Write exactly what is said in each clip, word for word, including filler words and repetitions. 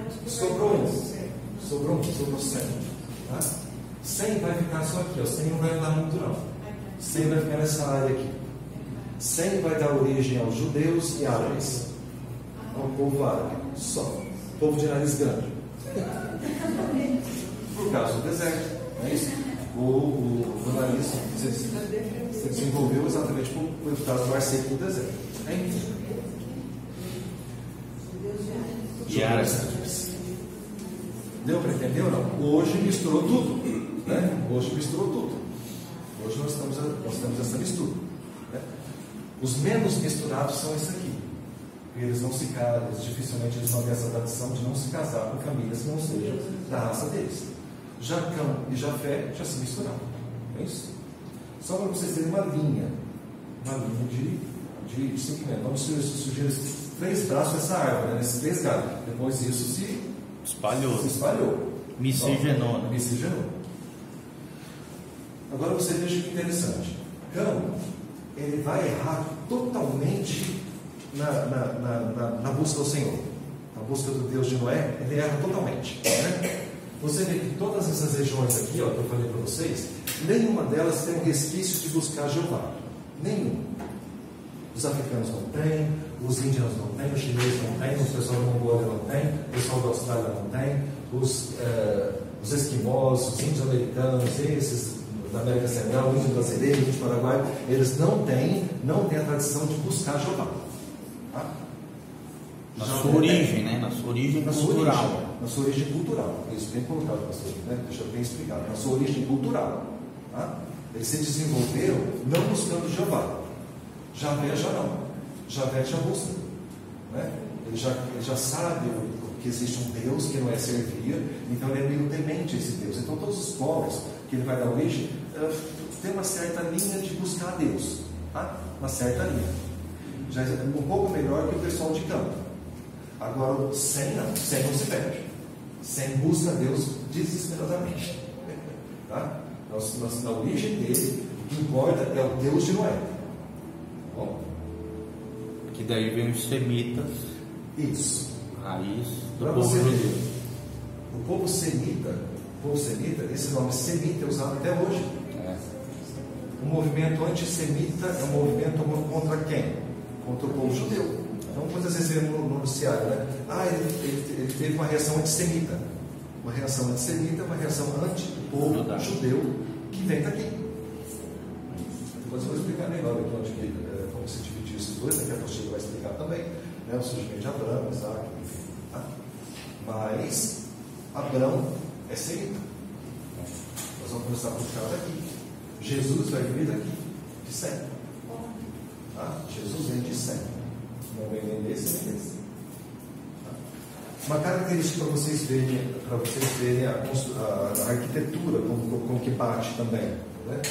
Sobrou um. Sobrou um, sobrou cem. Tá? cem vai ficar só aqui, ó. cem não vai andar muito não. cem vai ficar nessa área aqui. cem vai dar origem aos judeus e árabes. Ao povo árabe, só. Povo de nariz grande. Por causa do deserto. Não é isso? O, o, o nariz se, se desenvolveu exatamente por, por causa do ar seco do deserto. É isso. E árabes. Deu para entender ou não? Hoje misturou tudo. Né? Hoje misturou tudo. Hoje nós estamos, nós temos essa mistura. Né? Os menos misturados são esses aqui. Eles não se casam, eles, dificilmente eles vão ter essa tradição de não se casar com famílias que não sejam da raça deles. Jacão e Jafé já se misturaram. É isso? Só para vocês terem uma linha. Uma linha de, de, de seguimento. Vamos surgir esses três braços dessa árvore, né? Esses três galhos. Depois isso se espalhou. Se espalhou. Miscigenou. Então, miscigenou. Agora você veja que interessante. Cão, ele vai errar totalmente na, na, na, na, na busca do Senhor. Na busca do Deus de Noé, ele erra totalmente. Né? Você vê que todas essas regiões aqui, ó, que eu falei para vocês, nenhuma delas tem um resquício de buscar Jeová. Nenhum. Os africanos não têm, os índios não têm, os chineses não têm, o pessoal da Mongólia não tem, o pessoal da Austrália não tem, os, eh, os esquimós, os índios americanos, esses da América Central, o índio brasileiro, o índio paraguaio, eles não têm, não têm a tradição de buscar Jeová. Tá? Na sua origem, né? Na sua origem na cultural. Sua origem, na sua origem cultural. Isso bem colocado, pastor, né? Deixa eu bem explicado. Na sua origem cultural. Tá? Eles se desenvolveram não buscando Jeová. Javé já não. Javé já busca. Né? Ele, já, ele já sabe que existe um Deus que não é servir, então ele é meio temente a esse Deus. Então todos os povos que ele vai dar origem tem uma certa linha de buscar a Deus. Tá? Uma certa linha. Já é um pouco melhor que o pessoal de campo. Agora, sem não, sem não se perde. Sem busca a Deus desesperadamente. Tá? Nós, nós, na origem dele, o que importa é o Deus de Noé. Bom? Que daí vem os semitas. Isso. Raiz do Pra povo você judeu. ver, o povo semita, o povo semita, esse nome semita é usado até hoje. É. O movimento antissemita é um movimento contra quem? Contra o povo judeu. Então, muitas vezes vê no noticiário, né? Ah, ele, ele, ele teve uma reação antissemita. Uma reação antissemita é uma reação anti-povo judeu que vem daqui. Depois eu vou explicar melhor aqui onde que, é, como se dividiu esses dois, né, que a apostila vai explicar também, né, o surgimento de Abraão, Isaac, enfim. Tá? Mas Abraão é semita. Nós vamos começar a puxar daqui. Jesus vai vir daqui, de Sem. Tá? Jesus vem de Sem. Não vem nem desse nem desse. Tá? Uma característica para vocês verem, para vocês verem a, a, a arquitetura, como, como que bate também. Né?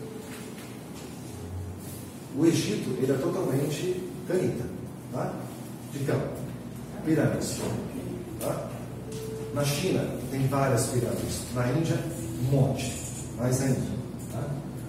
O Egito, ele é totalmente granita, tá? De campo, pirâmides. Tá? Na China, tem várias pirâmides. Na Índia, um monte. Mais ainda. Tá?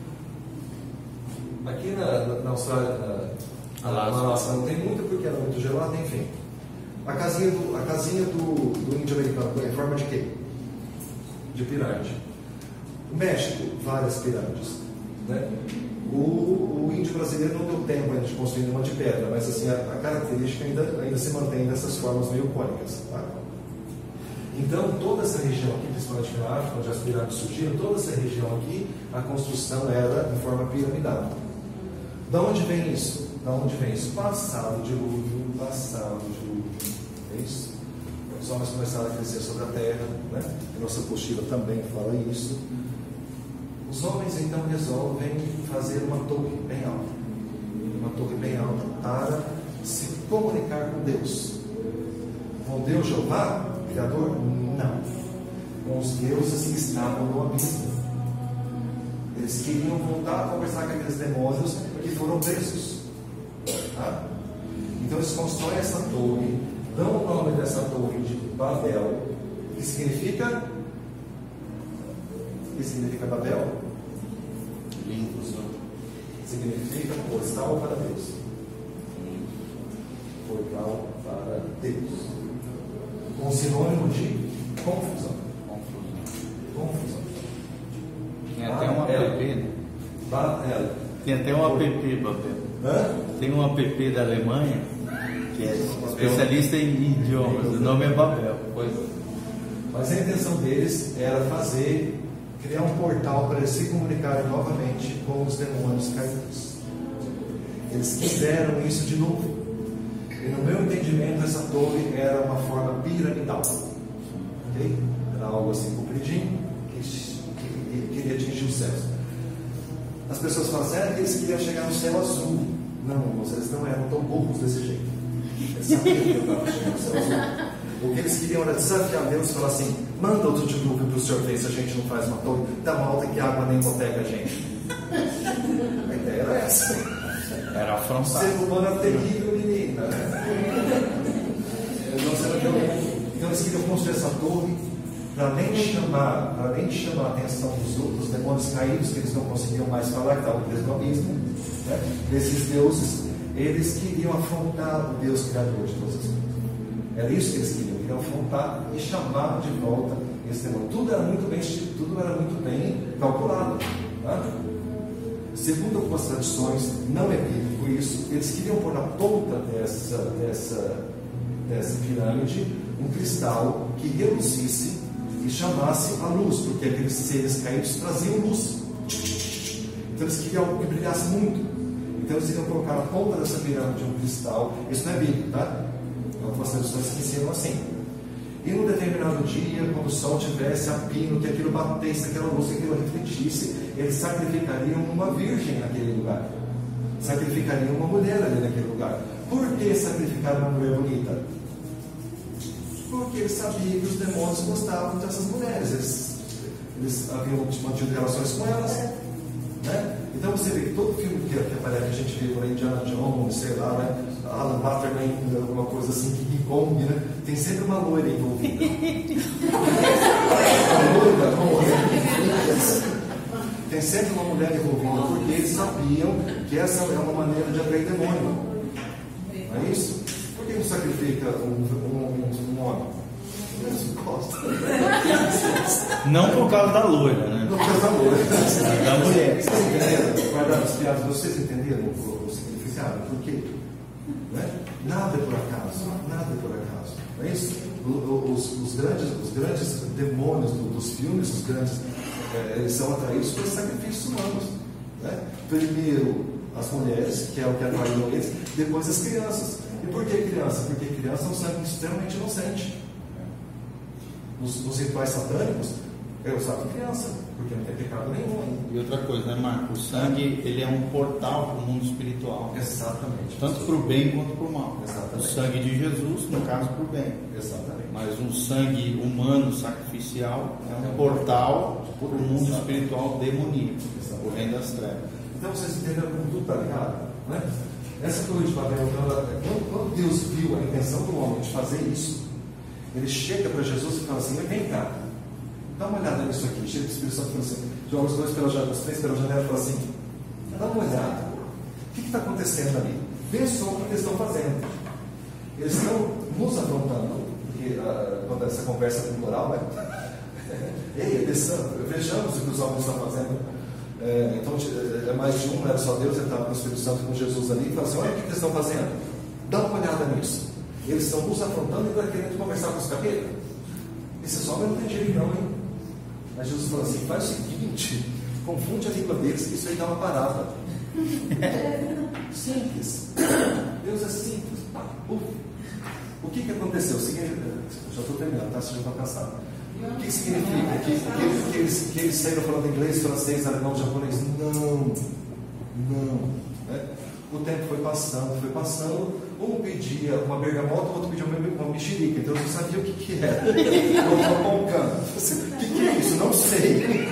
Aqui na, na, na Austrália, na, na Alasca, não tem muito porque era muito gelado, enfim. A casinha do, a casinha do, do índio americano é em forma de quê? De pirâmide. O México, várias pirâmides. Né? O, o índio brasileiro não deu tempo ainda de construir uma de pedra, mas assim, a, a característica ainda, ainda se mantém dessas formas meio cônicas. Tá? Então, toda essa região aqui, principalmente na África, onde as pirâmides surgiram, toda essa região aqui, a construção era em forma piramidal. Da onde vem isso? Da onde vem isso? Passado dilúvio, passado dilúvio. É isso? Os homens começaram a crescer sobre a terra, né? A nossa apostila também fala isso. Os homens então resolvem fazer uma torre bem alta. Uma torre bem alta para se comunicar com Deus. Com Deus Jeová, Criador? Não. Com os deuses que estavam no abismo. Eles queriam voltar a conversar com aqueles demônios que foram presos. Tá? Então eles constroem essa torre, dão o nome dessa torre de Babel, que significa. O que significa Babel? Inclusão. Significa portal para Deus. Portal para Deus. com sinônimo de confusão. Confusão. Confusão. Tem até um app, né? Balela. Tem até um app, Babel. Hã? Tem um app da Alemanha que é especialista em idiomas. O nome é Babel. Pois. Mas a intenção deles era fazer, criar um portal para eles se comunicarem novamente com os demônios caídos. Eles quiseram isso de novo. E no meu entendimento, essa torre era uma forma piramidal. Ok? Era algo assim compridinho, que, que, que queria atingir os céus. As pessoas falam assim, ah, que eles queriam chegar no céu azul. Não, moças, eles não eram tão burros desse jeito. Eles sabiam que eu estava chegando no céu azul. O que eles queriam era desafiar Deus e falar assim: manda outro dilúvio para o senhor ver se a gente não faz uma torre tão alta que a água nem hipoteca a gente. A ideia era essa. Era O afrontar. ser humano é terrível, menina. Então eles queriam construir essa torre para além de chamar, para além de chamar a atenção dos outros demônios caídos, que eles não conseguiam mais falar, que estavam presos no abismo, né? Desses deuses, eles queriam afrontar o Deus Criador de todas as coisas. Era isso que eles queriam, queriam afrontar e chamar de volta esse demônio. Tudo era muito bem, tudo era muito bem calculado. Tá? Segundo algumas tradições, não é bíblico isso, eles queriam pôr na ponta dessa, dessa, dessa pirâmide um cristal que reluzisse e chamasse a luz, porque aqueles seres caídos traziam luz. Então eles queriam algo que brilhasse muito. Então eles iriam colocar na ponta dessa pirâmide um cristal. Isso não é bíblico, tá? Algumas tradições que ensinam assim. E num determinado dia, quando o sol tivesse a pino, que aquilo batesse, aquela luz, que aquilo refletisse, eles sacrificariam uma virgem naquele lugar. Sacrificariam uma mulher ali naquele lugar. Por que sacrificar uma mulher bonita? Porque eles sabiam que os demônios gostavam dessas mulheres. Eles, eles haviam mantido relações com elas. Né? Então você vê que todo filme que, que aparece, que a gente vê por aí, Indiana Jones, sei lá, né? Alan Waterman, alguma coisa assim, que King Kong, né? Tem sempre uma loira envolvida. Uma loira, uma mulher. Tem sempre uma mulher envolvida, porque eles sabiam que essa é uma maneira de atrair demônio. Não é isso? Por que não sacrifica um, um, um homem? Eles gostam. Não por causa da loira, né? Não por causa da loira. Da mulher. Vocês entenderam? Guardar as piadas, vocês entenderam o, o significado? Por quê? Né? Nada é por acaso, nada é por acaso, não é isso? Os, os, grandes, os grandes demônios do, dos filmes, os grandes, é, eles são atraídos pelos sacrifícios humanos, né? Primeiro as mulheres, que é o que atraíam eles, depois as crianças. E por que criança? Porque criança é um sangue extremamente inocente. Nos, nos rituais satânicos, é o sangue de criança, porque não tem pecado nenhum. E outra coisa, né, Marco? O sangue, ele é um portal para o mundo espiritual. Exatamente. Tanto para o bem quanto para o mal. Exatamente. O sangue de Jesus, no caso, para o bem. Exatamente. Mas um sangue humano, sacrificial, é um portal para o mundo espiritual demoníaco, o reino das trevas. Então vocês entenderam como tudo está ligado? Né? Essa torre de Babel, quando, quando Deus viu a intenção do homem de fazer isso, ele chega para Jesus e fala assim: vem cá, dá uma olhada nisso aqui. Chega do Espírito Santo e fala assim: joga os dois pela janela, os três pela janela e fala assim: dá uma olhada, o que está acontecendo ali? Vê só o que eles estão fazendo. Eles estão nos afrontando, porque uh, quando essa conversa é plural, né? Ei, vejamos o que os homens estão fazendo. É, então é mais de um, não era só Deus, ele estava com o Espírito Santo, com Jesus ali, e fala assim: olha o que eles estão fazendo, dá uma olhada nisso. Eles estão nos afrontando e estão querendo conversar com os cabelos. Esses homens não tem jeito não, hein? Mas Jesus fala assim: faz o seguinte, confunde a língua deles, que isso aí dá uma parada. Simples. Deus é simples. Uf. O que que aconteceu? Já estou terminando, tá? Vocês já estão cansados. O que, que significa? Que, que, que, eles, que eles saíram falando inglês, francês, alemão, japonês? Não, não. Né? O tempo foi passando, foi passando. Um pedia uma bergamota, o outro pedia uma, uma mexerica. Então eu não sabia o que, que era. Eu estava poncando. O que, que é isso? Não sei.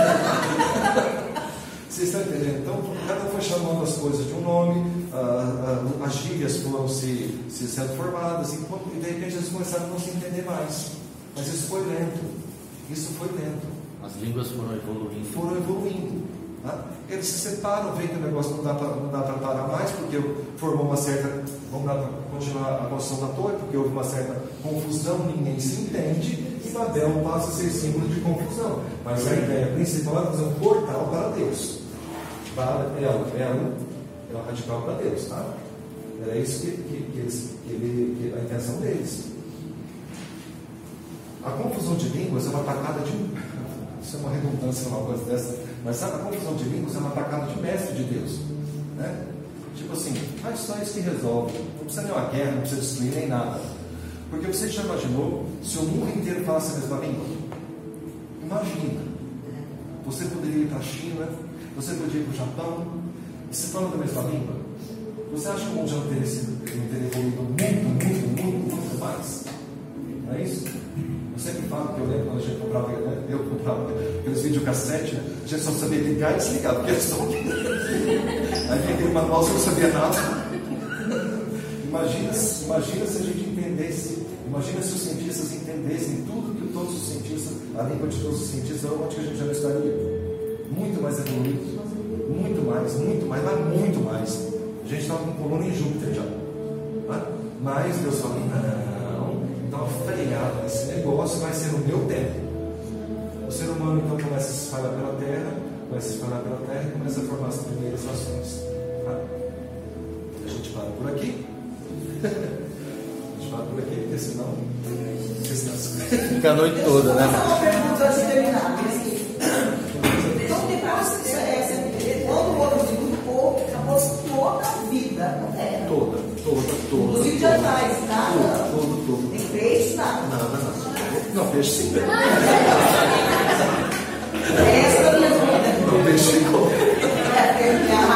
Vocês estão entendendo? Então, cada um foi chamando as coisas de um nome, ah, ah, as gírias foram se, se sendo formadas, e, e de repente eles começaram a não se entender mais. Mas isso foi lento. Isso foi lento. As línguas foram evoluindo. Foram evoluindo. Tá? Eles se separam, veem que o negócio não dá para parar mais, porque formou uma certa Vamos lá continuar a construção da torre, porque houve uma certa confusão, ninguém se entende, e Babel passa a ser símbolo de confusão. Mas a ideia principal é fazer um portal para Deus. Ela, ela é o radical para Deus, tá? Era isso que, que, que, eles, que, ele, que a intenção deles. A confusão de línguas é uma tacada de um. Isso é uma redundância, uma coisa dessa. Mas sabe, a confusão de línguas é uma tacada de mestre de Deus, né? Tipo assim, faz só isso que resolve. Não precisa nem uma guerra, não precisa destruir nem nada. Porque você já imaginou se o mundo inteiro falasse a mesma língua? Imagina. Você poderia ir para a China, você poderia ir para o Japão, e se falando a mesma língua. Você acha que o mundo já não teria, sido, não teria evoluído muito, muito, muito, muito mais? Não é isso? Eu sempre falo que eu lembro quando a gente comprava, né? Eu comprava aqueles videocassete, a gente só sabia ligar e desligar, porque eles estão aqui. Aí vinha aquele manual, você não sabia nada. Imagina, imagina se a gente entendesse, imagina se os cientistas entendessem tudo que todos os cientistas, a língua de todos os cientistas, onde que a gente já não estaria? Muito mais evoluído, muito mais, muito mais, mas muito mais. A gente estava com coluna em Júpiter já. Né? Mas Deus falou, não, dá uma freada nesse negócio, vai ser no meu tempo. O ser humano então começa a se espalhar pela Terra, começa a se espalhar pela Terra e começa a formar as primeiras nações. Tá? A gente para por aqui. A gente para por aqui, porque senão fica a noite toda, né? Só uma pergunta antes de terminar. Então, depois que essa, quando o ouro de muito pouco, acabou toda a vida na Terra. Toda, toda, toda. Inclusive de animais, nada. Todo, todo. Tem peixe, nada. Nada, nada. Não, peixe sim. Essa é a minha dúvida. Não, peixe sim. É, tem a